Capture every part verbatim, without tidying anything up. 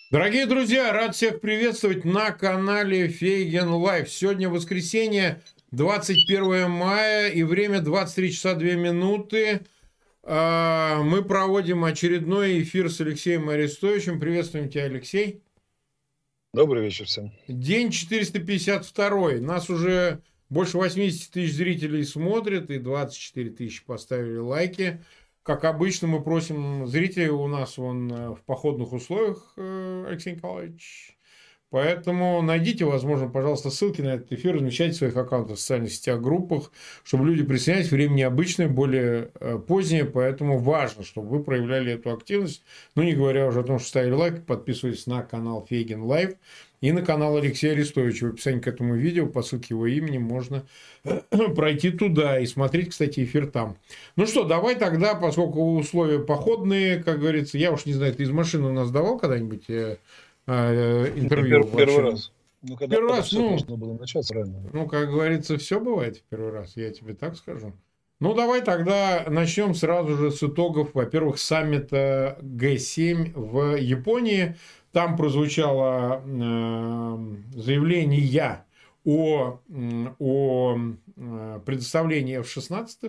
Дорогие друзья, рад всех приветствовать на канале Фейген Лайв. Сегодня воскресенье, двадцать первое мая, и время двадцать три часа две минуты. Мы проводим очередной эфир с Алексеем Арестовичем. Приветствуем тебя, Алексей. Добрый вечер всем. День четыреста пятьдесят два. Нас уже больше восемьдесят тысяч зрителей смотрят, и двадцать четыре тысячи поставили лайки. Как обычно, мы просим зрителей, у нас он в походных условиях, Алексей Николаевич. Поэтому найдите, возможно, пожалуйста, ссылки на этот эфир, размещайте в своих аккаунтах в социальных сетях, группах, чтобы люди присоединялись. Время необычное, более позднее, поэтому важно, чтобы вы проявляли эту активность. Ну, не говоря уже о том, что ставили лайк, подписывайтесь на канал Фейген Лайв и на канал Алексея Арестовича. В описании к этому видео по ссылке его имени можно пройти туда и смотреть, кстати, эфир там. Ну что, давай тогда, поскольку условия походные, как говорится, я уж не знаю, ты из машины у нас давал когда-нибудь интервью? Первый, первый раз. Ну, когда первый раз, ну, можно было начать правильно. Ну, как говорится, все бывает в первый раз, я тебе так скажу. Ну, давай тогда начнем сразу же с итогов, во-первых, саммита Г семь в Японии. Там прозвучало э, заявление о, о предоставлении эф шестнадцать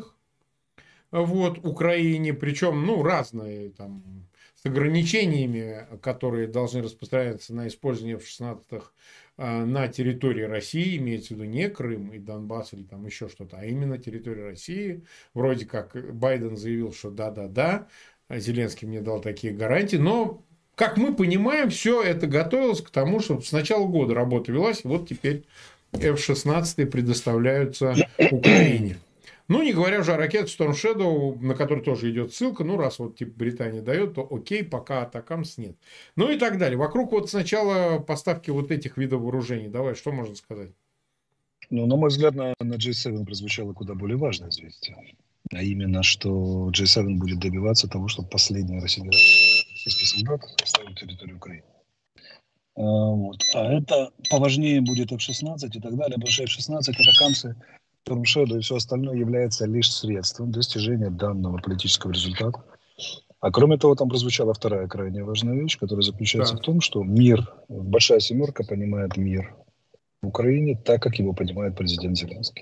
вот, Украине, причем, ну, разные там, с ограничениями, которые должны распространяться на использование эф шестнадцать на территории России, имеется в виду не Крым и Донбасс или там еще что-то, а именно территория России. Вроде как Байден заявил, что да-да-да, Зеленский мне дал такие гарантии, но, как мы понимаем, все это готовилось к тому, чтобы с начала года работа велась, и вот теперь эф шестнадцать предоставляются Украине. Ну, не говоря уже о ракете Storm Shadow, на которой тоже идет ссылка. Ну, раз вот типа Британия дает, то окей, пока атакамс нет. Ну и так далее. Вокруг вот сначала поставки вот этих видов вооружений. Давай, что можно сказать? Ну, на мой взгляд, на, на джей семь прозвучало куда более важное известие. А именно, что джей семь будет добиваться того, чтобы последний российский солдат оставил территорию Украины. А, вот. а это поважнее будет эф шестнадцать и так далее. Потому что эф шестнадцать атакамсы, Storm Shadow и все остальное является лишь средством достижения данного политического результата. А кроме того, там прозвучала вторая крайне важная вещь, которая заключается да. в том, что мир, Большая Семерка понимает мир в Украине так, как его понимает президент Зеленский.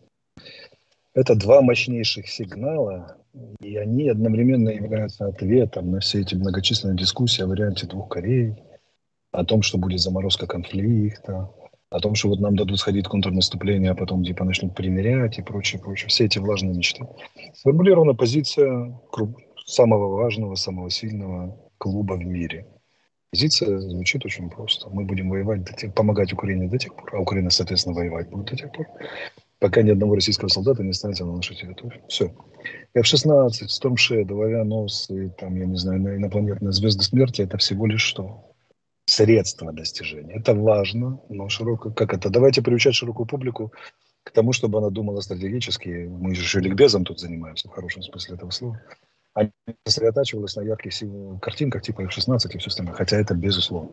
Это два мощнейших сигнала, и они одновременно являются ответом на все эти многочисленные дискуссии о варианте двух Корей, о том, что будет заморозка конфликта, о том, что вот нам дадут сходить в контрнаступление, а потом типа начнут примирять и прочее, прочее. Все эти влажные мечты. Сформулирована позиция самого важного, самого сильного клуба в мире. Позиция звучит очень просто. Мы будем воевать, до тех, помогать Украине до тех пор, а Украина, соответственно, воевать будет до тех пор, пока ни одного российского солдата не останется на нашей территории. Все. эф шестнадцать, Storm Shadow, авианосцы, там, я не знаю, инопланетные звезды смерти, это всего лишь что? Средства достижения. Это важно, но широко, как это, давайте приучать широкую публику к тому, чтобы она думала стратегически. Мы же еще ликбезом тут занимаемся, в хорошем смысле этого слова. А не сосредотачивалась на ярких картинках типа эф шестнадцать и все остальное. Хотя это безусловно.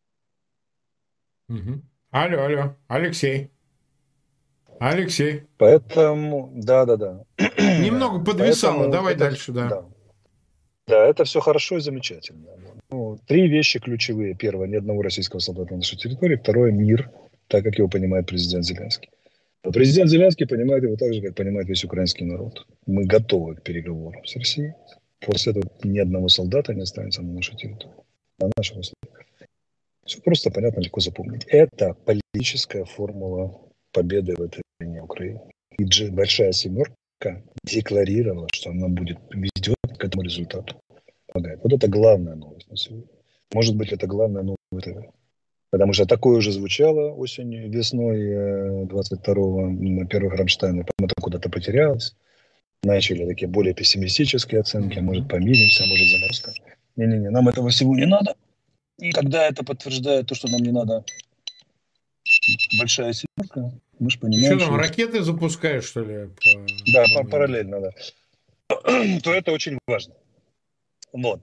Угу. Алло, алло, Алексей. Алексей. Поэтому, да-да-да. Немного подвисало, Поэтому давай это, дальше, да. да. Да, это все хорошо и замечательно. Ну, три вещи ключевые. Первое, ни одного российского солдата на нашей территории. Второе, мир, так как его понимает президент Зеленский. Но президент Зеленский понимает его так же, как понимает весь украинский народ. Мы готовы к переговорам с Россией. После этого ни одного солдата не останется на нашей территории. На нашем условиях. Все просто, понятно, легко запомнить. Это политическая формула победы в этой войне Украины. И G, Большая Семерка декларировала, что она будет ведет к этому результату. Помогает. Вот это главная новость на сегодня. Может быть, это главная новость. Потому что такое уже звучало осенью, весной двадцать второго на первых Рамштайнах. Потом это куда-то потерялось. Начали такие более пессимистические оценки. Mm-hmm. Может, помиримся, может, заморозка. Не-не-не, нам этого всего не надо. И когда это подтверждает то, что нам не надо, Большая Семерка, мы же понимаем, что... Что там, ракеты запускаешь, что ли? По... Да, по параллельно, да. То это очень важно. Вот.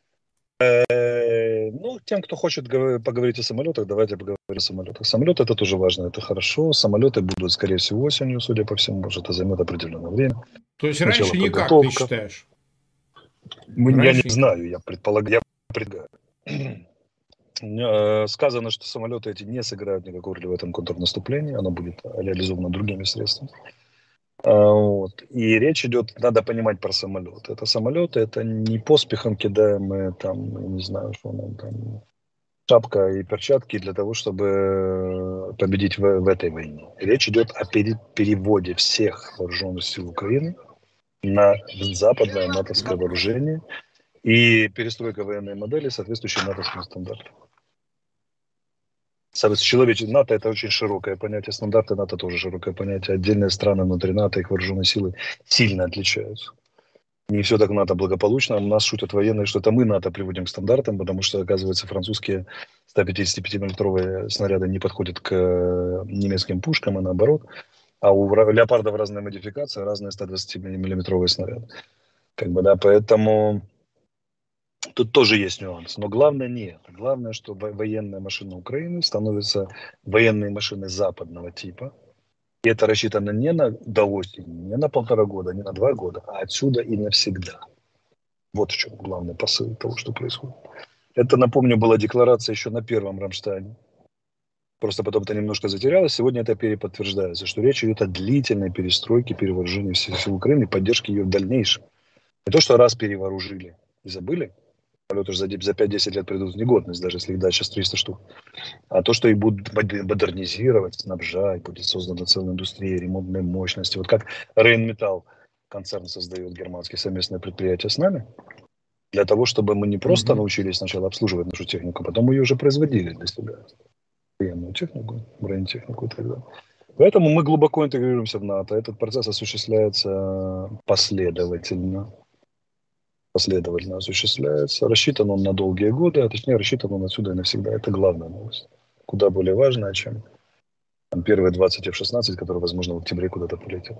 Ну, тем, кто хочет поговорить о самолетах, давайте поговорим о самолетах. Самолеты — это тоже важно, это хорошо. Самолеты будут, скорее всего, осенью, судя по всему, может, это займет определенное время. То есть сначала раньше никак, ты считаешь? Я раньше не никак. знаю, я предполагаю. Я предполагаю. Э, Сказано, что самолеты эти не сыграют никакой роли в этом контрнаступлении, оно будет реализовано другими средствами. А, Вот. И речь идет, надо понимать про самолеты. Это самолеты, это не поспехом кидаемые, там, я не знаю, что нам там, шапка и перчатки для того, чтобы победить в, в этой войне. Речь идет о пере- переводе всех вооруженных сил Украины на западное натовское вооружение и перестройка военной модели, соответствующей натовским стандартам. Человечество НАТО — это очень широкое понятие, стандарты НАТО тоже широкое понятие. Отдельные страны внутри НАТО, их вооруженные силы сильно отличаются. Не все так в НАТО благополучно. У нас шутят военные, что это мы НАТО приводим к стандартам, потому что, оказывается, французские сто пятьдесят пять миллиметровые снаряды не подходят к немецким пушкам, и наоборот. А у леопардов разная модификация, разные сто двадцать миллиметровые снаряды. Как бы, да, поэтому тут тоже есть нюанс. Но главное не это. Главное, что военная машина Украины становится военной машиной западного типа. И это рассчитано не на до осени, не на полтора года, не на два года, а отсюда и навсегда. Вот в чем главный посыл того, что происходит. Это, напомню, была декларация еще на первом Рамштайне. Просто потом это немножко затерялось. Сегодня это переподтверждается, что речь идет о длительной перестройке, перевооружении всех сил Украины и поддержке ее в дальнейшем. Не то, что раз перевооружили и забыли, самолеты уже за пять-десять лет придут в негодность, даже если их дать сейчас триста штук. А то, что их будут модернизировать, снабжать, будет создана целая индустрия, ремонтные мощности. Вот как Rheinmetall концерн создает германские совместное предприятие с нами, для того, чтобы мы не просто mm-hmm. научились сначала обслуживать нашу технику, потом мы ее уже производили для себя. Военную технику, бронетехнику и так далее. Поэтому мы глубоко интегрируемся в НАТО. Этот процесс осуществляется последовательно. Последовательно осуществляется. Рассчитан он на долгие годы, а точнее рассчитан он отсюда и навсегда. Это главная новость. Куда более важная, чем там, первые двадцать эф шестнадцать, которые, возможно, в октябре куда-то полетят.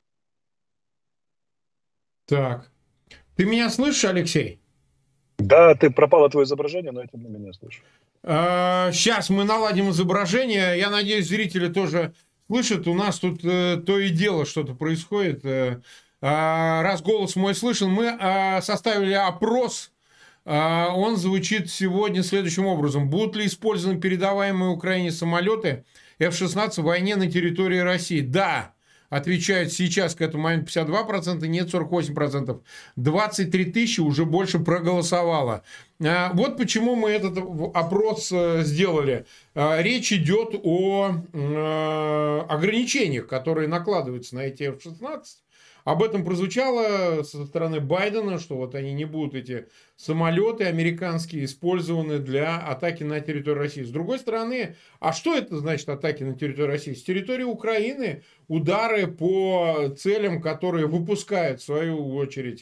Так. Ты меня слышишь, Алексей? Да, ты пропало твое изображение, но я тебя меня слышу. А, сейчас мы наладим изображение. Я надеюсь, зрители тоже слышат. У нас тут э, то и дело что-то происходит. Э, а, раз голос мой слышен, мы а, составили опрос. А, он звучит сегодня следующим образом. Будут ли использованы передаваемые Украине самолеты эф шестнадцать в войне на территории России? Да. Отвечают сейчас к этому моменту пятьдесят два процента, нет сорок восемь процентов. двадцать три тысячи уже больше проголосовало. Вот почему мы этот опрос сделали. Речь идет о ограничениях, которые накладываются на эти эф шестнадцать. Об этом прозвучало со стороны Байдена, что вот они не будут, эти самолеты американские, использованы для атаки на территорию России. С другой стороны, а что это значит атаки на территорию России? С территории Украины удары по целям, которые выпускают, в свою очередь,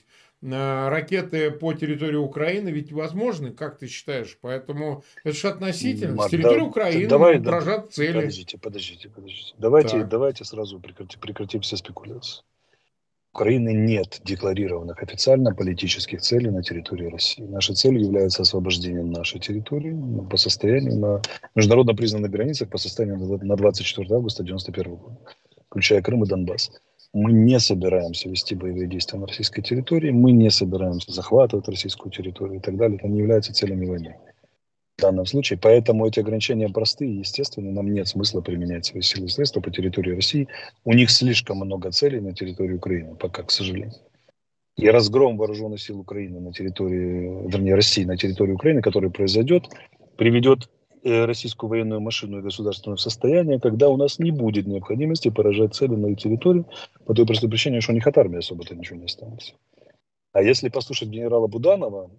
ракеты по территории Украины, ведь возможны, как ты считаешь? Поэтому это же относительно. Марк, с территории да, Украины давай, поражать да, цели. Подождите, подождите, подождите. Давайте, давайте сразу прекратим, прекратим все спекуляции. У Украины нет декларированных официально политических целей на территории России. Нашей целью является освобождение нашей территории по состоянию на международно признанных границах по состоянию на двадцать четвёртое августа девяносто первого года, включая Крым и Донбасс. Мы не собираемся вести боевые действия на российской территории, мы не собираемся захватывать российскую территорию и так далее. Это не является целями войны в данном случае. Поэтому эти ограничения простые, естественно, нам нет смысла применять свои силы и средства по территории России. У них слишком много целей на территории Украины, пока, к сожалению. И разгром вооруженных сил Украины на территории, вернее, России на территории Украины, который произойдет, приведет российскую военную машину и государственное состояние, когда у нас не будет необходимости поражать цели на территории, по той простой причине, что у них от армии особо-то ничего не останется. А если послушать генерала Буданова,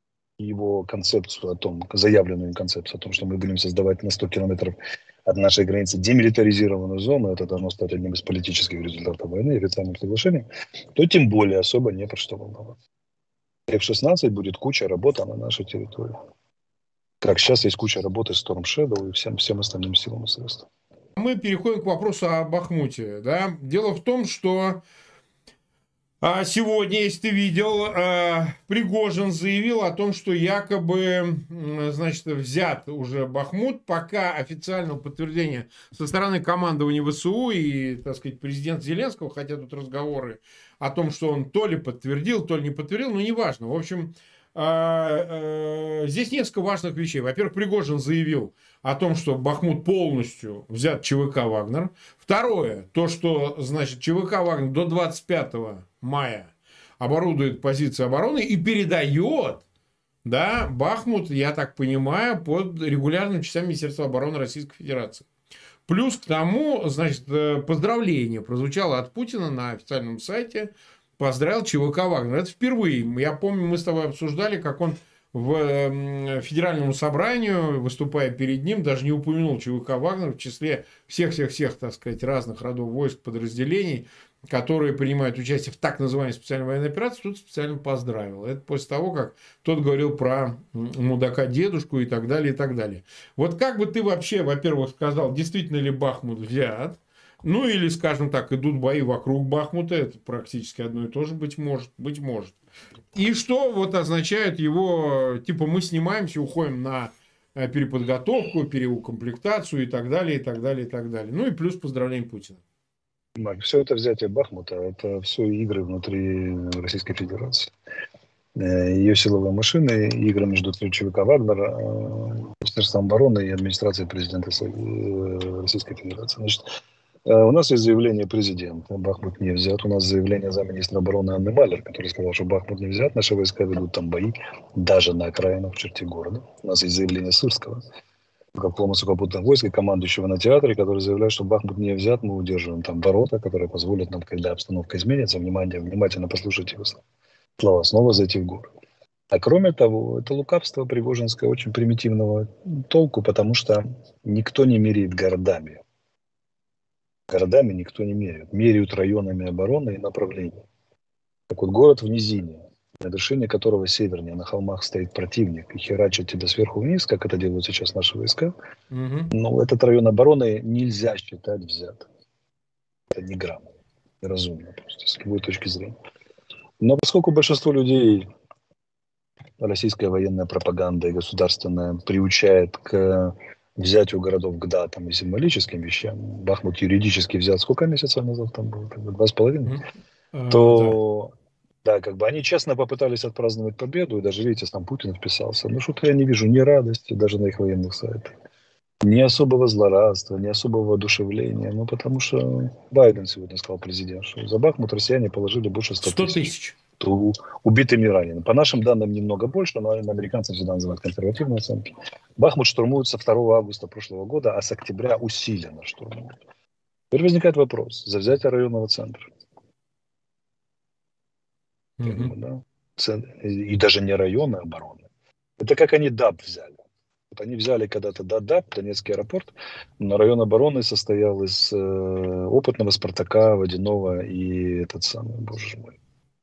его концепцию о том, заявленную им концепцию о том, что мы будем создавать на сто километров от нашей границы демилитаризированную зону, это должно стать одним из политических результатов войны и официальных соглашений, то тем более особо не про что волноваться. эф шестнадцать будет куча работы на нашей территории. Как сейчас есть куча работы с Storm Shadow и всем, всем остальным силам и средствам. Мы переходим к вопросу о Бахмуте. Да? Дело в том, что сегодня, если ты видел, Пригожин заявил о том, что якобы, значит, взят уже Бахмут, пока официального подтверждения со стороны командования ВСУ и, так сказать, президента Зеленского, хотя тут разговоры о том, что он то ли подтвердил, то ли не подтвердил, но неважно. В общем, а, а, здесь несколько важных вещей. Во-первых, Пригожин заявил о том, что Бахмут полностью взят ЧВК «Вагнер». Второе, то, что, значит, ЧВК «Вагнер» до двадцать пятого мая оборудует позиции обороны и передает, да, Бахмут, я так понимаю, под регулярным частям Министерства обороны Российской Федерации. Плюс к тому, значит, поздравление прозвучало от Путина на официальном сайте. Поздравил ЧВК «Вагнер». Это впервые. Я помню, мы с тобой обсуждали, как он в федеральному собранию, выступая перед ним, даже не упомянул ЧВК «Вагнер» в числе всех-всех-всех, так сказать, разных родов войск, подразделений, которые принимают участие в так называемой специальной военной операции. Тут специально поздравил. Это после того, как тот говорил про мудака дедушку и так далее, и так далее. Вот как бы ты вообще, во-первых, сказал, действительно ли Бахмут взят? Ну, или, скажем так, идут бои вокруг Бахмута. Это практически одно и то же, быть может. Быть может. И что вот означает его, типа, мы снимаемся, уходим на переподготовку, переукомплектацию и так далее, и так далее, и так далее. Ну, и плюс поздравление Путина. Марк, все это взятие Бахмута, это все игры внутри Российской Федерации. Ее силовые машины, игры между ЧВК «Вагнер», Министерством обороны и администрацией президента Российской Федерации. Значит, у нас есть заявление президента, Бахмут не взят. У нас заявление замминистра обороны Анны Малер, который сказал, что Бахмут не взят. Наши войска ведут там бои, даже на окраинах, в черте города. У нас есть заявление Сырского, какому сухопутных войск и командующего на театре, который заявляет, что Бахмут не взят, мы удерживаем там ворота, которые позволят нам, когда обстановка изменится, внимание, внимательно послушать его слова, снова зайти в город. А кроме того, это лукавство пригожинское очень примитивного толку, потому что никто не меряет городами. Городами никто не меряет. Меряют районами обороны и направления. Так вот, город в низине, на вершине которого севернее на холмах стоит противник и херачит тебя сверху вниз, как это делают сейчас наши войска, угу. Но этот район обороны нельзя считать взятым. Это не грамотно, неразумно просто, с любой точки зрения. Но поскольку большинство людей, российская военная пропаганда и государственная, приучает к взятию городов к датам и символическим вещам, Бахмут юридически взят сколько месяцев назад там было? Два с половиной? Mm-hmm. То... Uh, да. да, как бы они честно попытались отпраздновать победу, и даже, видите, там Путин вписался. Ну, что-то я не вижу ни радости даже на их военных сайтах, ни особого злорадства, ни особого воодушевления. Ну, потому что Байден сегодня сказал, президент, что за Бахмут россияне положили больше ста тысяч. То убитыми ранеными. По нашим данным, немного больше, но американцы всегда называют консервативные оценки. Бахмут штурмуют со второго августа прошлого года, а с октября усиленно штурмуют. Теперь возникает вопрос за взятие районного центра. Mm-hmm. Да? И даже не района обороны. Это как они ДАП взяли. Вот они взяли когда-то ДАП, Донецкий аэропорт, но район обороны состоял из э, опытного Спартака, Водяного и этот самый, боже мой,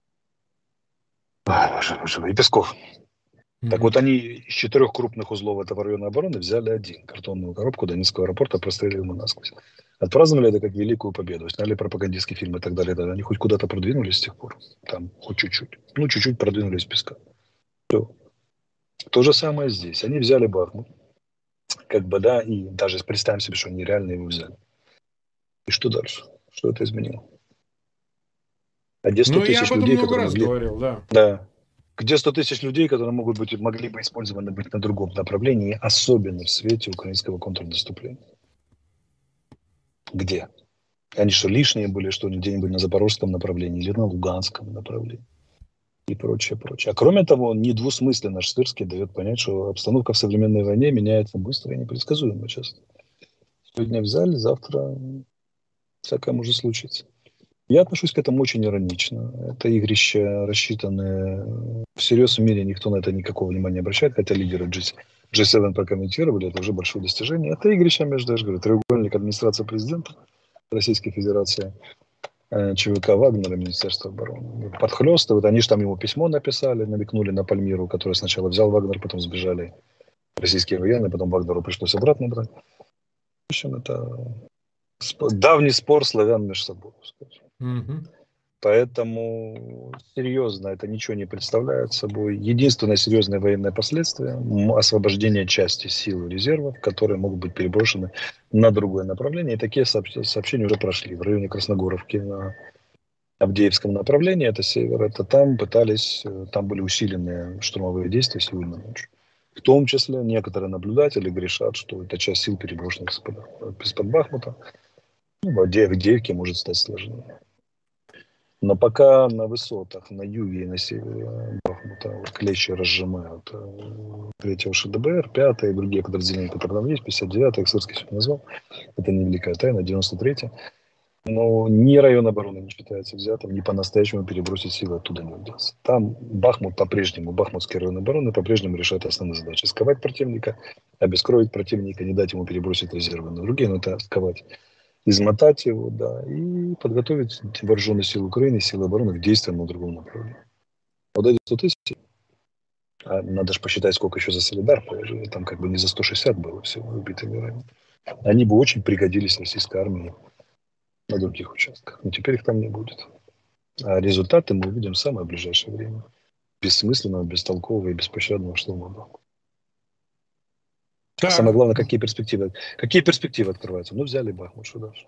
боже, боже мой, и Песков. Mm-hmm. Так вот они из четырех крупных узлов этого района обороны взяли один, картонную коробку Донецкого аэропорта, прострелили ему насквозь. Отпраздновали это как великую победу, сняли пропагандистский фильм и так далее. Они хоть куда-то продвинулись с тех пор, там хоть чуть-чуть, ну чуть-чуть продвинулись в Песка. Все. То же самое здесь. Они взяли Бахмут, как бы, да, и даже представим себе, что они реально его взяли. И что дальше? Что это изменило? А где сто тысяч людей, которые могли... говорил, да. Да. Где сто тысяч людей, которые могут быть, могли бы использованы быть на другом направлении, особенно в свете украинского контрнаступления? Где? Они что, лишние были, что ли, где-нибудь на Запорожском направлении или на Луганском направлении? И прочее, прочее. А кроме того, недвусмысленно Штырский дает понять, что обстановка в современной войне меняется быстро и непредсказуемо часто. Сегодня взяли, завтра всякое может случиться. Я отношусь к этому очень иронично. Это игрища рассчитаны всерьез в мире, никто на это никакого внимания не обращает, хотя лидеры джи семь прокомментировали, это уже большое достижение. Это игрища между, я же говорю, треугольник администрации президента Российской Федерации, ЧВК «Вагнер» и Министерство обороны. Подхлёстывают. Они же там ему письмо написали, намекнули на Пальмиру, который сначала взял «Вагнер», потом сбежали российские военные, потом «Вагнеру» пришлось обратно брать. В общем, это давний спор славян между собой, скажем. Mm-hmm. Поэтому серьезно это ничего не представляет собой. Единственное серьезное военное последствие – освобождение части сил и резервов, которые могут быть переброшены на другое направление. И такие сообщения уже прошли в районе Красногоровки на Авдеевском направлении, это север, это там пытались, там были усиленные штурмовые действия сегодня ночью. В том числе некоторые наблюдатели грешат, что это часть сил, переброшенных из-под, из-под Бахмута. Ну, в Авдеевке может стать сложнее. Но пока на высотах, на юге и на севере Бахмута вот клещи разжимают третьего ШДБР, пятое и другие подразделения, которые там есть, пятьдесят девятое, Сырский сегодня назвал, это невеликая тайна, девяносто третье. Но ни район обороны не считается взятым, ни по-настоящему перебросить силы оттуда не удастся. Там Бахмут по-прежнему, Бахмутский район обороны по-прежнему решает основные задачи. Сковать противника, обескровить противника, не дать ему перебросить резервы на другие, но это сковать, измотать его, да, и подготовить вооруженные силы Украины, силы обороны к действиям на другом направлении. Вот эти сто тысяч, а надо же посчитать, сколько еще за Солидар положили, там как бы не за сто шестьдесят было всего убитыми ранеными. Они бы очень пригодились российской армии на других участках. Но теперь их там не будет. А результаты мы увидим в самое ближайшее время. Бессмысленного, бестолкового и беспощадного штурма. Так. Самое главное, какие перспективы, какие перспективы открываются. Ну, взяли Бахмут, что дальше?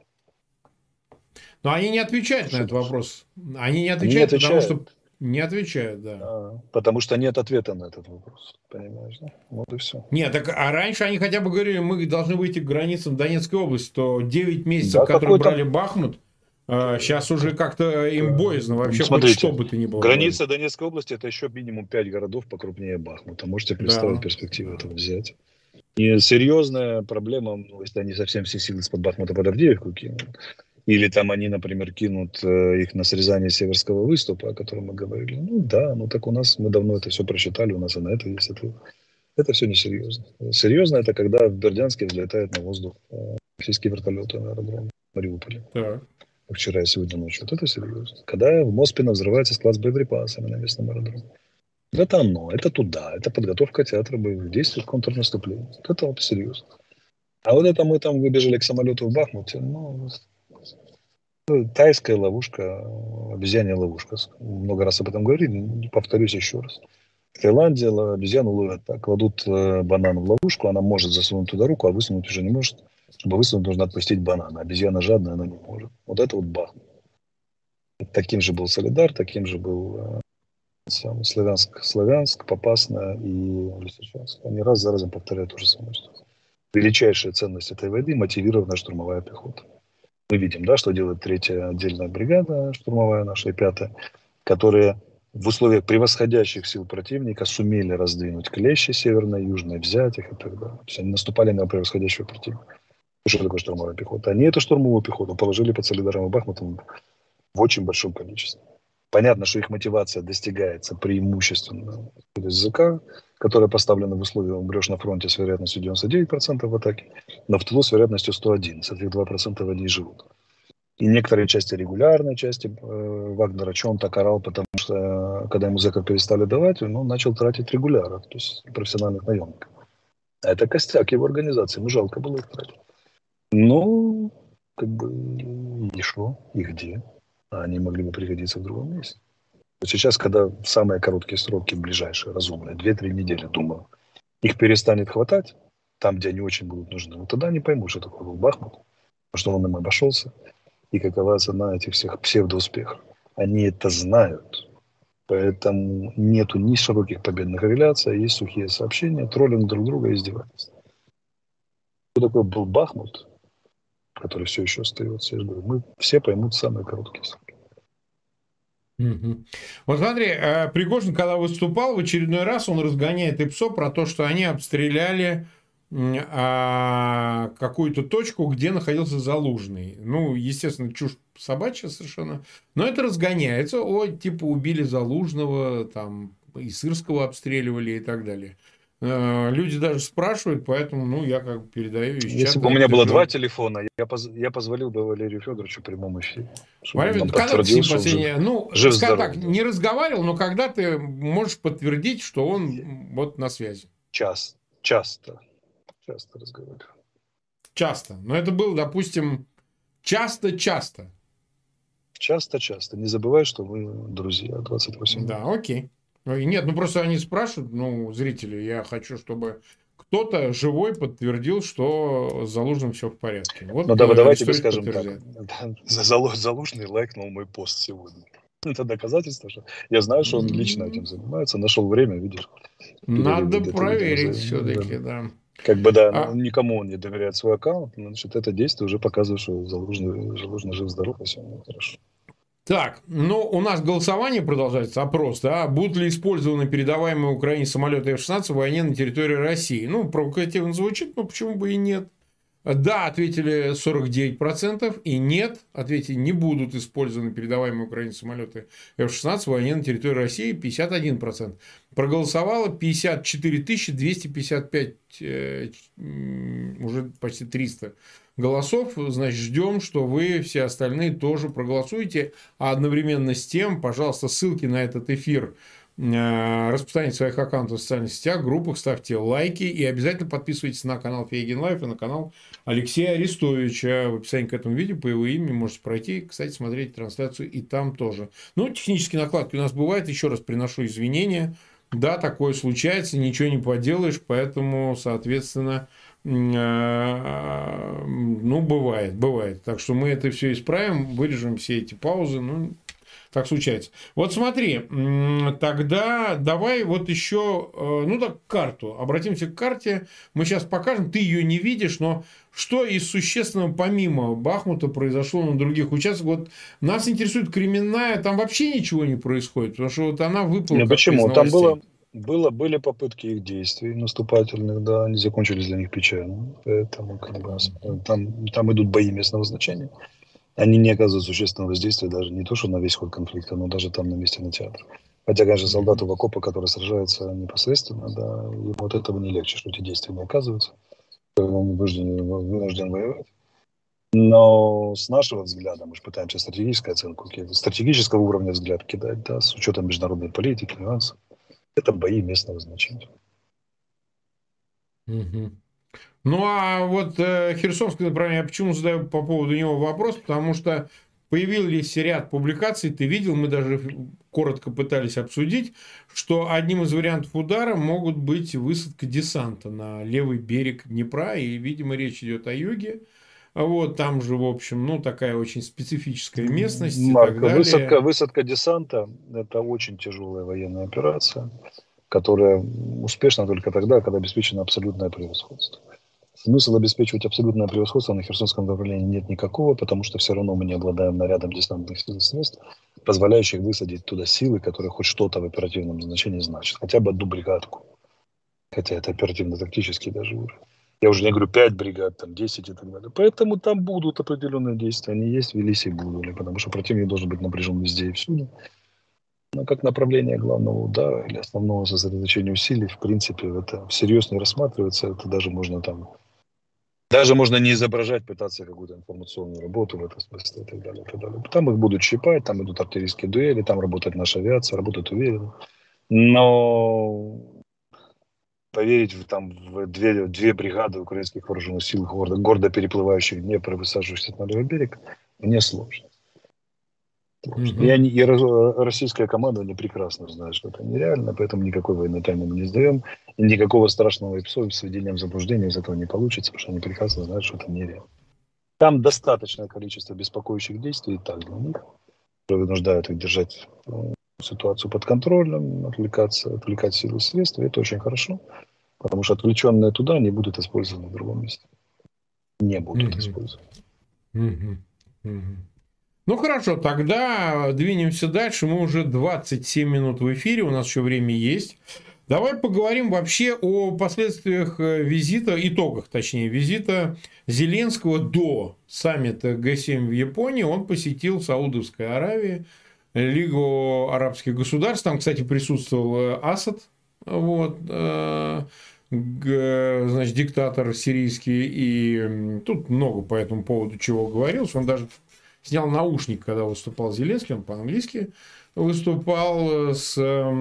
Но они не отвечают что на этот дальше? вопрос. Они не отвечают, они не отвечают. потому что... Не отвечают, да. А, потому что нет ответа на этот вопрос. Понимаешь, да? Вот и все. Нет, так а раньше они хотя бы говорили, мы должны выйти к границам Донецкой области, то девять месяцев, Да, которые какой-то... брали Бахмут, а, сейчас уже как-то им боязно вообще. Смотрите, хоть что бы то ни было. граница Донецкой области — это еще минимум пять городов покрупнее Бахмута. Можете представить Да. перспективу этого взять? И серьезная проблема, ну, если они совсем все силы из-под Бахмута под Авдеевку кинут, или там они, например, кинут э, их на срезание Северского выступа, о котором мы говорили. Ну да, ну так у нас, мы давно это все просчитали, у нас и на это есть ответ. Это все несерьезно. Серьезно это когда в Бердянске взлетает на воздух э, российские вертолеты на аэродроме в Мариуполе. Так. Вчера и сегодня ночью. Вот это серьезно. Когда в Моспино взрывается склад с боеприпасами на местном аэродроме. Это оно, это туда, это подготовка театра боевых действий к контрнаступлению. Вот это вот серьезно. А вот это мы там выбежали к самолету в Бахмуте, ну, тайская ловушка, обезьянья ловушка. Много раз об этом говорили, повторюсь еще раз. В Таиланде обезьяну ловят так, кладут банан в ловушку, она может засунуть туда руку, а высунуть уже не может. Чтобы высунуть, нужно отпустить банан. Обезьяна жадная, она не может. Вот это вот Бахмут. Таким же был Солидар, таким же был сам, Славянск, Славянск, Попасная и Лисичанск. Они раз за разом повторяют то же самое. Величайшая ценность этой войны — мотивированная штурмовая пехота. Мы видим, да, что делает третья отдельная бригада штурмовая наша и пятая, которые в условиях превосходящих сил противника сумели раздвинуть клещи северные, южные, взять их и так далее. То есть они наступали на превосходящего противника. Что такое штурмовая пехота? Они эту штурмовую пехоту положили под Солидаром и Бахмутом в очень большом количестве. Понятно, что их мотивация достигается преимущественно из языка, которая поставлена в условиях, умрешь на фронте с вероятностью девяносто девять процентов в атаке, но в тылу с вероятностью сто один. С этих два процента они и живут. И некоторые части регулярной части э, Вагнера, что он так орал, потому что э, когда ему зэков перестали давать, он начал тратить регуляров, то есть профессиональных наемников. А это костяк его организации, ему жалко было их тратить. Ну, как бы, и что, и где? А они могли бы пригодиться в другом месте. Сейчас, когда самые короткие сроки, ближайшие, разумные, две-три недели, думаю, их перестанет хватать, там, где они очень будут нужны, вот тогда они поймут, что такое был Бахмут, что он им обошелся, и какова цена этих всех псевдоуспехов. Они это знают, поэтому нету ни широких победных реляций, есть сухие сообщения, троллинг друг друга и издевательства. Что такое был Бахмут, который все еще остается, я говорю, мы все поймут самые короткие сроки. Угу. Вот смотри, Пригожин, когда выступал, в очередной раз он разгоняет ИПСО про то, что они обстреляли а, какую-то точку, где находился Залужный. Ну, естественно, чушь собачья совершенно. Но это разгоняется. О, типа, убили Залужного, там, и Сырского обстреливали и так далее. Люди даже спрашивают, поэтому, ну, я как бы передаю из Если чата, бы у меня было же... два телефона, я, поз... я позвонил бы Валерию Федоровичу в прямом эфире. Валерий, когда ты с ним последнее... Ну, скажем так, не разговаривал, но когда ты можешь подтвердить, что он вот на связи? Часто. Часто. Часто разговаривал. Часто. Но это было, допустим, часто-часто. Часто-часто. Не забывай, что вы друзья двадцать восемь. Да, окей. Нет, ну просто они спрашивают, ну, зрители, я хочу, чтобы кто-то живой подтвердил, что с Залужным все в порядке. Вот Ну, да, давай тебе Арестович скажем так. подтверждает. Залу- Залужный лайкнул мой пост сегодня. Это доказательство, что я знаю, что он лично этим занимается, нашел время, видишь. Надо переводит это проверить видео. все-таки, да. Как бы, да, А- никому он не доверяет свой аккаунт, значит, это действие уже показывает, что Залужный, Залужный жив-здоров, и все хорошо. Так, ну, у нас голосование продолжается, опрос, да, будут ли использованы передаваемые Украине самолеты эф шестнадцать в войне на территории России? Ну, провокативно звучит, но почему бы и нет? Да, ответили сорок девять процентов, и нет, ответили, не будут использованы передаваемые Украине самолеты эф шестнадцать в войне на территории России, пятьдесят один процент. Проголосовало пятьдесят четыре тысячи двести пятьдесят пять, э, уже почти триста голосов. Значит, ждем, что вы все остальные тоже проголосуете. А одновременно с тем, пожалуйста, ссылки на этот эфир распространите в своих аккаунтах в социальных сетях, группах, ставьте лайки и обязательно подписывайтесь на канал Фейгин Лайф и на канал Алексея Арестовича. В описании к этому видео по его имени можете пройти. Кстати, смотреть трансляцию и там тоже. Ну, технические накладки у нас бывают. Еще раз приношу извинения. Да, такое случается, ничего не поделаешь, поэтому, соответственно, ну, бывает, бывает. Так что мы это все исправим, вырежем все эти паузы, ну, так случается. Вот смотри, тогда давай вот еще, ну так, карту. Обратимся к карте. Мы сейчас покажем, ты ее не видишь, но что из существенного помимо Бахмута произошло на других участках? Вот нас интересует Кременная, там вообще ничего не происходит, потому что вот она выпала. Ну, почему? Там было, было, были попытки их действий наступательных, да, они закончились для них печально. Поэтому как бы, там, там идут бои местного значения. Они не оказывают существенного воздействия даже не то, что на весь ход конфликта, но даже там на месте кинотеатра. Хотя, конечно, солдату в окопе, который сражается непосредственно, да, ему от этого не легче, что эти действия не оказываются. Он вынужден, вынужден воевать. Но с нашего взгляда, мы же пытаемся стратегическую оценку, стратегического уровня взгляд кидать, да, с учетом международной политики, нюансов. Это бои местного значения. Угу. Ну, а вот э, Херсонский направление, я почему задаю по поводу него вопрос, потому что появились ряд публикаций, ты видел, мы даже коротко пытались обсудить, что одним из вариантов удара могут быть высадка десанта на левый берег Днепра, и, видимо, речь идет о юге. Вот, там же, в общем, ну, такая очень специфическая местность. Марк, и так далее. Высадка, высадка десанта – это очень тяжелая военная операция, которая успешна только тогда, когда обеспечено абсолютное превосходство. Смысл обеспечивать абсолютное превосходство на Херсонском направлении нет никакого, потому что все равно мы не обладаем нарядом десантных сил и средств, позволяющих высадить туда силы, которые хоть что-то в оперативном значении значат. Хотя бы одну бригадку. Хотя это оперативно-тактический даже уровень. Я уже не говорю пять бригад, там десять и так далее. Поэтому там будут определенные действия. Они есть, велись и будут. Потому что противник должен быть напряжен везде и всюду. Но как направление главного удара или основного сосредоточения усилий, в принципе, это всерьез не рассматривается. Это даже можно там... Даже можно не изображать, пытаться какую-то информационную работу в этом смысле и так далее, и так далее. Там их будут щипать, там идут артиллерийские дуэли, там работает наша авиация, работает уверенно. Но поверить в, там, в две, две бригады украинских вооруженных сил, гордо, гордо переплывающих Днепр и высаживающихся на левый берег, мне сложно. Mm-hmm. И, они, и российская команда не прекрасно знает, что это нереально, поэтому никакой военной тайны мы не сдаем. И никакого страшного ИПСО с введением заблуждения из этого не получится, потому что они прекрасно знают, что это нереально. Там достаточное количество беспокоящих действий и так для них, которые вынуждают их держать ну, ситуацию под контролем, отвлекаться, отвлекать силы и средства. И это очень хорошо, потому что отвлеченные туда не будут использованы в другом месте. Не будут mm-hmm. использованы. Mm-hmm. Mm-hmm. Ну, хорошо, тогда двинемся дальше. Мы уже двадцать семь минут в эфире, у нас еще время есть. Давай поговорим вообще о последствиях визита, итогах, точнее, визита Зеленского до саммита Гэ семь в Японии. Он посетил Саудовскую Аравию, Лигу арабских государств. Там, кстати, присутствовал Асад, вот, значит, диктатор сирийский. И тут много по этому поводу чего говорилось. Он даже снял наушник, когда выступал Зеленский, он по-английски выступал с,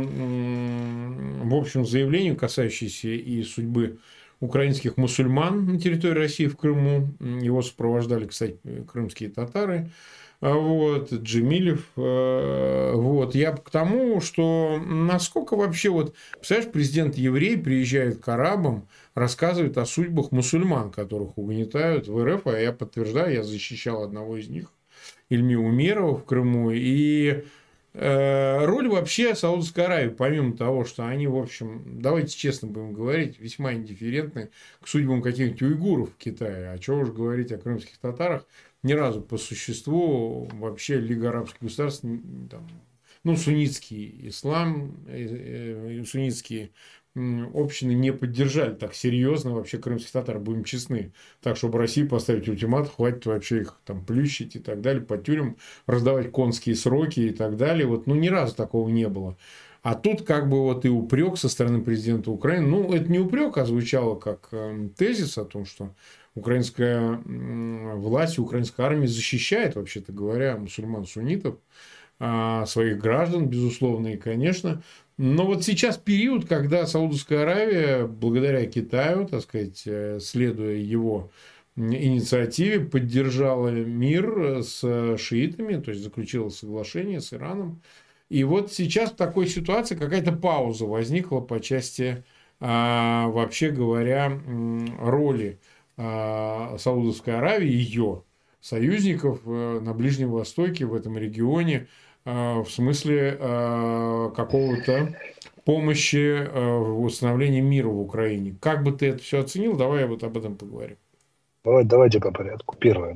в общем, заявлением, касающимся и судьбы украинских мусульман на территории России в Крыму. Его сопровождали, кстати, крымские татары. А вот, Джемилев, э, вот, я к тому, что насколько вообще, вот, представляешь, президент еврей приезжает к арабам, рассказывает о судьбах мусульман, которых угнетают в РФ, а я подтверждаю, я защищал одного из них, Ильми Умерова в Крыму, и э, роль вообще Саудовской Аравии, помимо того, что они, в общем, давайте честно будем говорить, весьма индифферентны к судьбам каких-нибудь уйгуров в Китае, а чего уж говорить о крымских татарах, ни разу по существу вообще Лига арабских государств, там, ну, суннитский ислам, э, э, суннитские общины не поддержали так серьезно вообще крымских татар, будем честны. Так, чтобы России поставить ультиматум, хватит вообще их там плющить и так далее, по тюрьмам, раздавать конские сроки и так далее. Вот, ну, ни разу такого не было. А тут как бы вот и упрек со стороны президента Украины. Ну, это не упрек, а звучало как э, тезис о том, что украинская э, власть, украинская армия защищает, вообще-то говоря, мусульман-суннитов, э, своих граждан, безусловно, и, конечно. Но вот сейчас период, когда Саудовская Аравия, благодаря Китаю, так сказать, э, следуя его инициативе, поддержала мир с шиитами, то есть заключила соглашение с Ираном. И вот сейчас в такой ситуации какая-то пауза возникла по части, а, вообще говоря, роли а, Саудовской Аравии, ее союзников на Ближнем Востоке, в этом регионе, а, в смысле а, какого-то помощи а, в восстановлении мира в Украине. Как бы ты это все оценил? Давай вот об этом поговорим. Давай, давайте по порядку. Первое.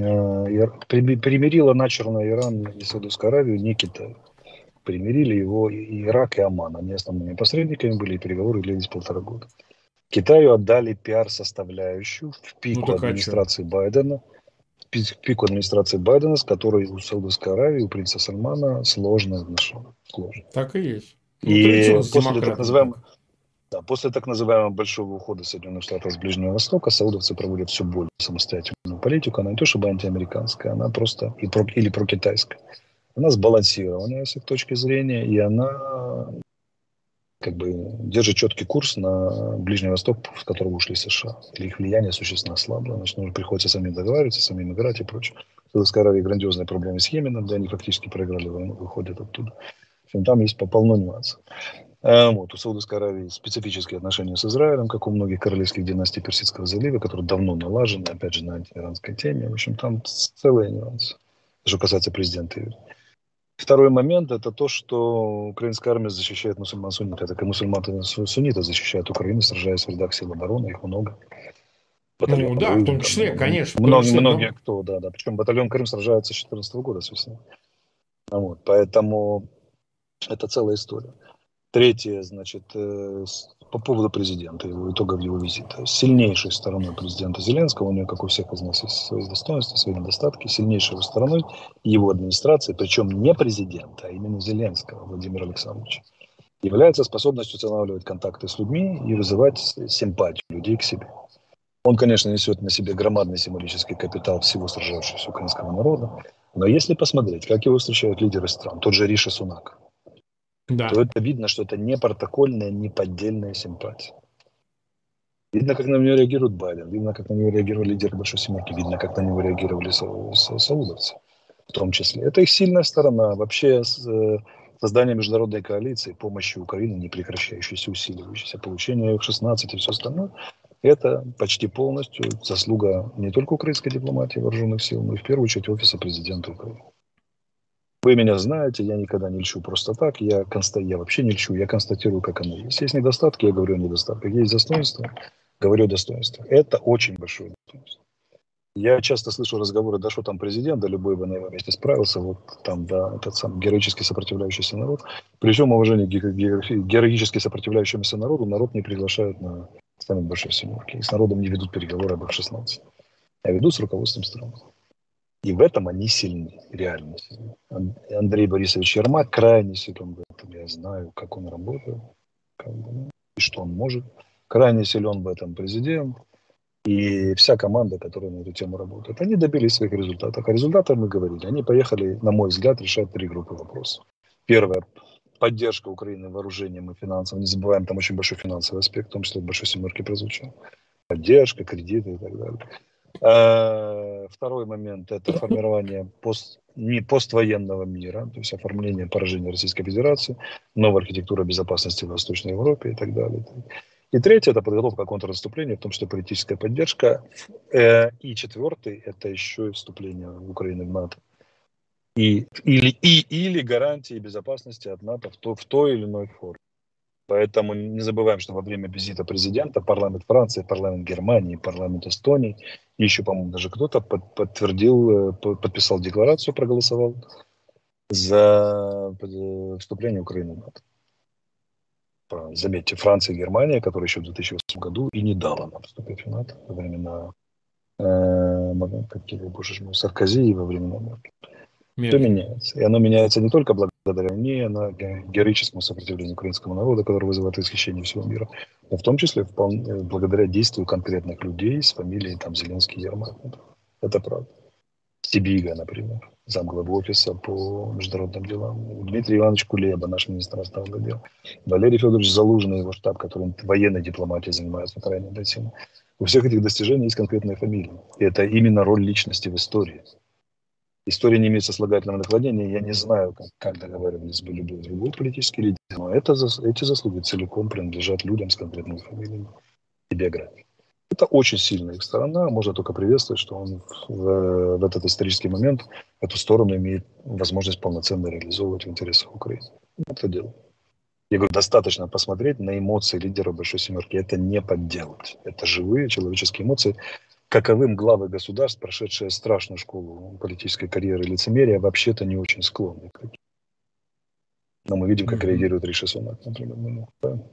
Примирила начерно Иран и Саудовскую Аравию не Китай. Примирили его и Ирак, и Оман. Они основными посредниками были, и переговоры длились полтора года. Китаю отдали пиар-составляющую в пику ну, администрации Байдена, в пику администрации Байдена, с которой у Саудовской Аравии, у принца Сальмана сложные отношения. Сложно. Так и есть. Ну, и после так, называемого, да, после так называемого большого ухода Соединенных Штатов с Ближнего Востока саудовцы проводят все более самостоятельную политику. Она не то чтобы антиамериканская, она просто и про, или прокитайская. Она сбалансированная с их точки зрения, и она как бы держит четкий курс на Ближний Восток, с которого ушли США. Или их влияние существенно ослабло, значит, нужно приходится самим договариваться, самим играть и прочее. В Саудовской Аравии грандиозные проблемы с Йеменом, где они фактически проиграли войну, выходят оттуда. В общем, там есть полно нюансов. А вот, у Саудовской Аравии специфические отношения с Израилем, как у многих королевских династий Персидского залива, которые давно налажены, опять же, на антииранской теме. В общем, там целые нюансы, что касается президента Юрия. Второй момент – это то, что украинская армия защищает мусульман-суннитов. Так и мусульман-сунниты защищают Украину, сражаясь в рядах сил обороны, их много. Батальон, ну да, Крым, в том числе, там, конечно. Много, числе, многие но... кто, да, да. Причем батальон Крым сражается с две тысячи четырнадцатого года, с весны. Вот, поэтому это целая история. Третье, значит, по поводу президента, его итогов его визита. Сильнейшей стороной президента Зеленского, у него, как у всех из нас, есть свои достоинства, свои недостатки, сильнейшей стороной его администрации, причем не президента, а именно Зеленского, Владимира Александровича, является способность устанавливать контакты с людьми и вызывать симпатию людей к себе. Он, конечно, несет на себе громадный символический капитал всего сражающегося украинского народа, но если посмотреть, как его встречают лидеры стран, тот же Риши Сунак, да. то это видно, что это не протокольная, не поддельная симпатия. Видно, как на него реагирует Байден, видно, как на него реагировали лидеры Большой Семерки, видно, как на него реагировали саудовцы в том числе. Это их сильная сторона. Вообще создание международной коалиции, помощи Украине, не прекращающейся, усиливающейся, получение эф шестнадцать и все остальное, это почти полностью заслуга не только украинской дипломатии вооруженных сил, но и в первую очередь офиса президента Украины. Вы меня знаете, я никогда не льщу просто так, я, конста... я вообще не льщу, я констатирую, как оно есть. Есть недостатки, я говорю о недостатках, есть достоинства, говорю о достоинствах. Это очень большое достоинство. Я часто слышу разговоры, да что там президент, да любой бы на его месте справился, вот там, да, этот сам героически сопротивляющийся народ. При всем уважении к героически сопротивляющемуся народу, народ не приглашают на саммит Большой Семерки. И с народом не ведут переговоры об эф шестнадцать, а ведут с руководством страны. И в этом они сильны, реально сильны. Андрей Борисович Ермак крайне силен в этом. Я знаю, как он работает, как бы, и что он может. Крайне силен в этом президент и вся команда, которая на эту тему работает. Они добились своих результатов. О результатах мы говорили. Они поехали, на мой взгляд, решать три группы вопросов. Первое. Поддержка Украины вооружением и финансом. Не забываем, там очень большой финансовый аспект, в том числе в Большой Семерке прозвучал. Поддержка, кредиты и так далее. Второй момент – это формирование пост, не поствоенного мира, то есть оформление поражения Российской Федерации, новая архитектура безопасности в Восточной Европе и так далее. И третье – это подготовка к контрнаступлению, в том числе политическая поддержка. И четвертый – это еще и вступление Украины в НАТО. И, или, и, или гарантии безопасности от НАТО в, то, в той или иной форме. Поэтому не забываем, что во время визита президента парламент Франции, парламент Германии, парламент Эстонии, и еще, по-моему, даже кто-то под, подтвердил, подписал декларацию, проголосовал за вступление Украины в НАТО. Заметьте, Франция и Германия, которые еще в две тысячи восьмом году и не дала нам вступить в НАТО во времена э, какие, боже мой, Саркози и во времена Меркель. Все меняется. И оно меняется не только благодаря мне, на героическому сопротивлению украинскому народу, который вызывает восхищение всего мира, но в том числе вполне, благодаря действию конкретных людей с фамилией там, Зеленский и Ермак. Это правда. Стебига, например, замглавы офиса по международным делам, Дмитрий Иванович Кулеба, наш министр иностранных дел, Валерий Федорович Залужный, его штаб, который военной дипломатией занимается крайне интенсивно. У всех этих достижений есть конкретные фамилии. И это именно роль личности в истории. История не имеет сослагательного наклонения. Я не знаю, как, как договаривались бы любой другой политический лидер, но это, эти заслуги целиком принадлежат людям с конкретными фамилиями и биографией. Это очень сильная их сторона. Можно только приветствовать, что он в, в этот исторический момент эту сторону имеет возможность полноценно реализовывать в интересах Украины. Это дело. Я говорю, достаточно посмотреть на эмоции лидера Большой Семерки. Это не подделать. Это живые человеческие эмоции. Каковым главы государств, прошедшие страшную школу политической карьеры и лицемерия, вообще-то не очень склонны. Но мы видим, как mm-hmm. реагирует Риши Сунак, например.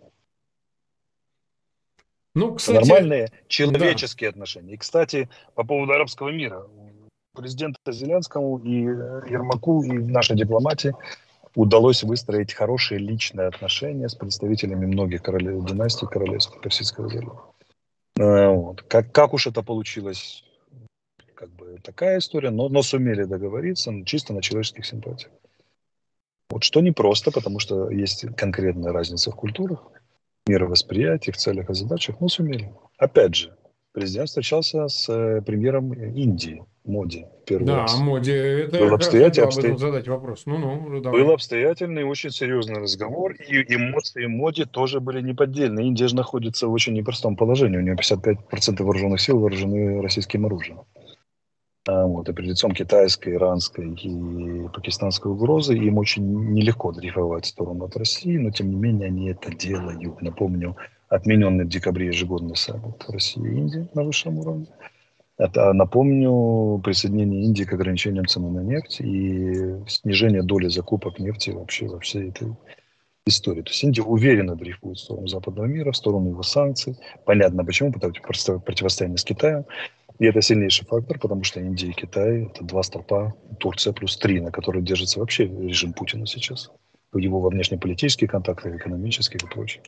Ну, кстати, нормальные человеческие да. отношения. И, кстати, по поводу арабского мира. Президенту Зеленскому и Ермаку, и нашей дипломатии удалось выстроить хорошие личные отношения с представителями многих королев, династий королевств Персидского залива. Вот. Как, как уж это получилось, как бы такая история, но, но сумели договориться чисто на человеческих симпатиях. Вот что непросто, потому что есть конкретная разница в культурах, мировосприятии, в целях и задачах, но сумели. Опять же, президент встречался с премьером Индии, Моди, в первый да, раз. Да, Моди, это был я обстоятель... хотел об этом задать вопрос. Ну-ну, давай. Был обстоятельный и очень серьезный разговор, и эмоции Моди тоже были неподдельные. Индия же находится в очень непростом положении. У нее пятьдесят пять процентов вооруженных сил вооружены российским оружием. А вот, и перед лицом китайской, иранской и пакистанской угрозы им очень нелегко дрейфовать в сторону от России, но тем не менее они это делают. Напомню, отмененный в декабре ежегодный саммит России и Индии на высшем уровне. Это, напомню, присоединение Индии к ограничениям цены на нефть и снижение доли закупок нефти вообще во всей этой истории. То есть Индия уверенно дрейфует в сторону западного мира, в сторону его санкций. Понятно почему, потому что противостояние с Китаем. И это сильнейший фактор, потому что Индия и Китай – это два столпа, Турция плюс три, на которых держится вообще режим Путина сейчас. Его во внешнеполитические контакты, экономические и прочее.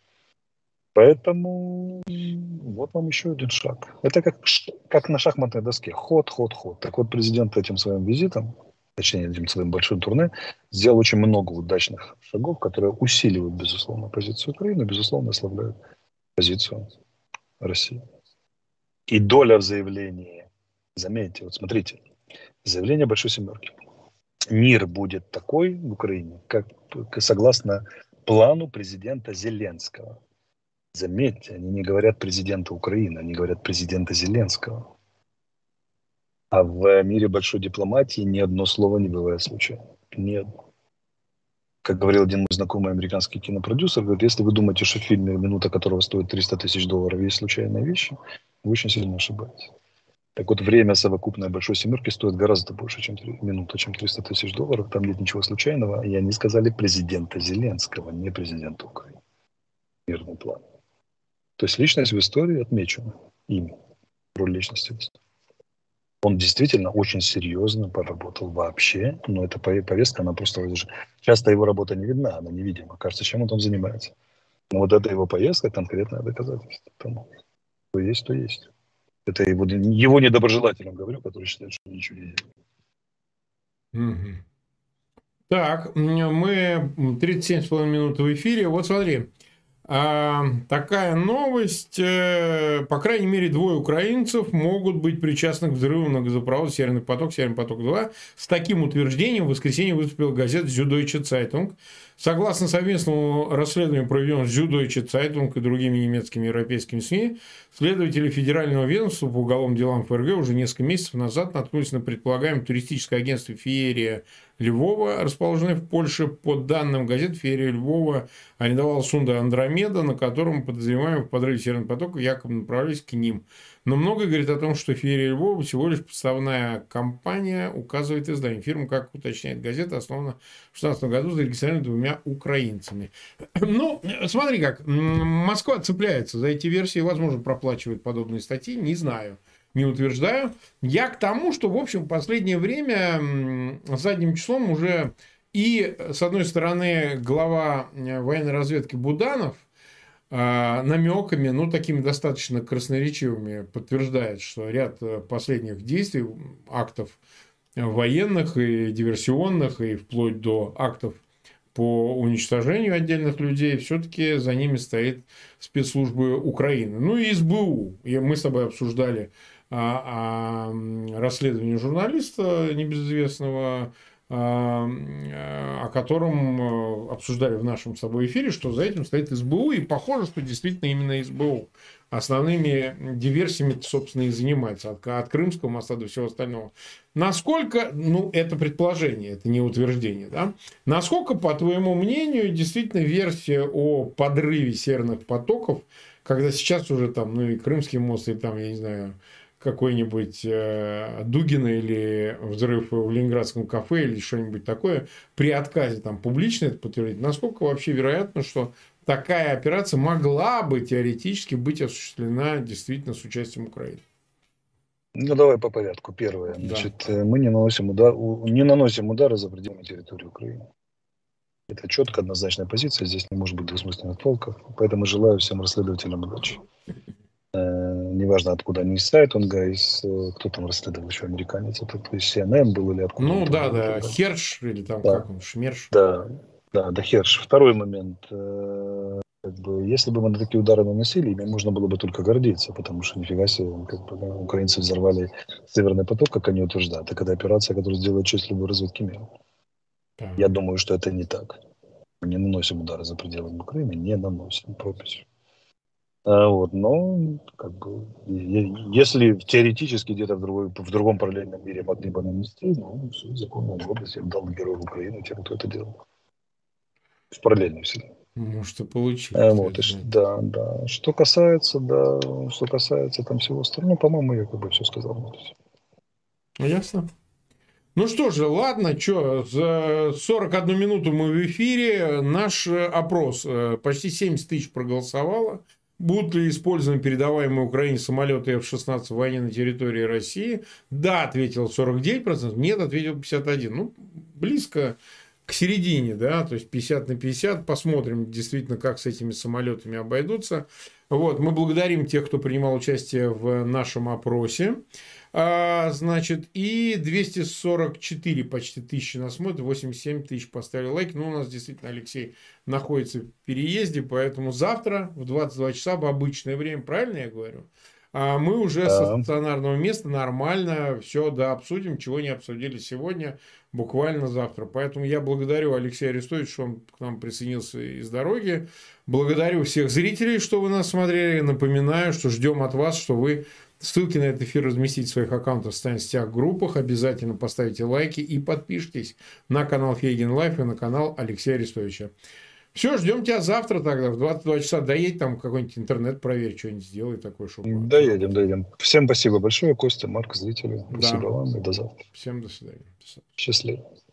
Поэтому вот вам еще один шаг. Это как, как на шахматной доске. Ход, ход, ход. Так вот, президент этим своим визитом, точнее, этим своим большим турне, сделал очень много удачных шагов, которые усиливают, безусловно, позицию Украины, безусловно, ослабляют позицию России. И доля в заявлении, заметьте, вот смотрите, заявление Большой Семерки. Мир будет такой в Украине, как согласно плану президента Зеленского. Заметьте, они не говорят президента Украины, они говорят президента Зеленского. А в мире большой дипломатии ни одно слово не бывает случайно. Ни одно. Как говорил один мой знакомый американский кинопродюсер, говорит, если вы думаете, что в фильме, минута которого стоит триста тысяч долларов, есть случайные вещи, вы очень сильно ошибаетесь. Так вот, время совокупной Большой Семерки стоит гораздо больше, чем минута, чем триста тысяч долларов. Там нет ничего случайного. И они сказали президента Зеленского, не президента Украины. Мирный план. То есть личность в истории отмечена. Имя. Роль личности в истории. Он действительно очень серьезно поработал вообще. Но эта повестка, она просто... Часто его работа не видна, она невидима. Кажется, чем он там занимается. Но вот эта его поездка конкретное доказательство тому. Что есть, то есть. Это его, его недоброжелателям говорю, которые считают, что ничего не делают. Угу. Так, мы тридцать семь с половиной минут в эфире. Вот смотри. А, такая новость. По крайней мере, двое украинцев могут быть причастны к взрыву на газопроводе «Северный поток», «Северный поток-два». С таким утверждением в воскресенье выступила газета «Süddeutsche Zeitung». Согласно совместному расследованию, проведенному «Süddeutsche Zeitung» и другими немецкими и европейскими СМИ, следователи Федерального ведомства по уголовным делам ФРГ уже несколько месяцев назад наткнулись на предполагаемое туристическое агентство «Феерия Львова», расположенное в Польше. По данным газеты, «Феерия Львова» арендовала судно «Андромеда», на котором подозреваемые в подрыве «Северного потока» якобы направлялись к ним. Но многое говорит о том, что «Феерия Львова» всего лишь подставная компания, указывает издание. Фирма, как уточняет газета, основана в две тысячи шестнадцатом году, зарегистрирована двумя украинцами. Ну, смотри как. Москва цепляется за эти версии, возможно, проплачивает подобные статьи, не знаю. Не утверждаю. Я к тому, что, в общем, в последнее время задним числом уже и, с одной стороны, глава военной разведки Буданов намеками, ну, такими достаточно красноречивыми, подтверждает, что ряд последних действий, актов военных и диверсионных, и вплоть до актов по уничтожению отдельных людей, все-таки за ними стоит спецслужбы Украины. Ну и СБУ. И мы с тобой обсуждали о, о расследовании журналиста небезызвестного, о котором обсуждали в нашем с тобой эфире, что за этим стоит СБУ, и похоже, что действительно именно СБУ основными диверсиями, собственно, и занимается, от, от Крымского моста до всего остального. Насколько, ну, это предположение, это не утверждение, да? Насколько, по твоему мнению, действительно версия о подрыве северных потоков, когда сейчас уже там, ну, и Крымский мост, и там, я не знаю, какой-нибудь э, Дугина или взрыв в Ленинградском кафе или что-нибудь такое, при отказе там публично это подтвердить, насколько вообще вероятно, что такая операция могла бы теоретически быть осуществлена действительно с участием Украины? Ну, давай по порядку. Первое. Да. Значит, мы не наносим, удар, не наносим удары за пределами территории Украины. Это четкая, однозначная позиция. Здесь не может быть двусмысленных толков. Поэтому желаю всем расследователям удачи. Неважно, откуда они из сайта, он гайс, кто там расследовал, еще американец, это си эн эн был или откуда. Ну да, да, да, Херш или там да. Как он, Шмерш. Да, да, да, Херш. Второй момент. Как бы, если бы мы на такие удары наносили, ими можно было бы только гордиться, потому что нифига себе, как бы, да, украинцы взорвали Северный поток, как они утверждают. Это операция, которая сделает честь любой разведки мира. Да. Я думаю, что это не так. Мы не наносим удары за пределами Украины, не наносим пропись. А, вот, но как бы, если теоретически где-то в, другой, в другом параллельном мире могли бы нанести, ну, все, законная область, я дал героев Украины тем, кто это делал. В параллельной вселенной. Может, и получилось. А, вот, и, да, да. Что касается, да, что касается там всего остального, ну, по-моему, я как бы все сказал. Ясно. Ну что же, ладно, что, за сорок одну минуту мы в эфире. Наш опрос, почти семьдесят тысяч проголосовало. Будут ли использованы передаваемые Украине самолеты эф шестнадцать в войне на территории России? Да, ответил сорок девять процентов, нет, ответил пятьдесят один процент. Ну, близко к середине, да, то есть пятьдесят на пятьдесят. Посмотрим действительно, как с этими самолетами обойдутся. Вот, мы благодарим тех, кто принимал участие в нашем опросе. А, значит, и двести сорок четыре почти тысячи нас смотрят, восемьдесят семь тысяч поставили лайк. Ну, у нас действительно Алексей находится в переезде, поэтому завтра в двадцать два часа в обычное время, правильно я говорю? А мы уже да. со стационарного места нормально все да, обсудим, чего не обсудили сегодня, буквально завтра. Поэтому я благодарю Алексея Арестовича, что он к нам присоединился из дороги. Благодарю всех зрителей, что вы нас смотрели. Напоминаю, что ждем от вас, что вы ссылки на этот эфир разместите в своих аккаунтах в социальных сетях, группах. Обязательно поставите лайки и подпишитесь на канал Фейгин Лайф и на канал Алексея Арестовича. Все, ждем тебя завтра тогда в двадцать два часа. Доедь там какой-нибудь интернет, проверь, что-нибудь сделай такое, чтобы... Доедем, доедем. Всем спасибо большое, Костя, Марк, зрители. Да. Спасибо вам и до завтра. Всем до свидания. Счастливо.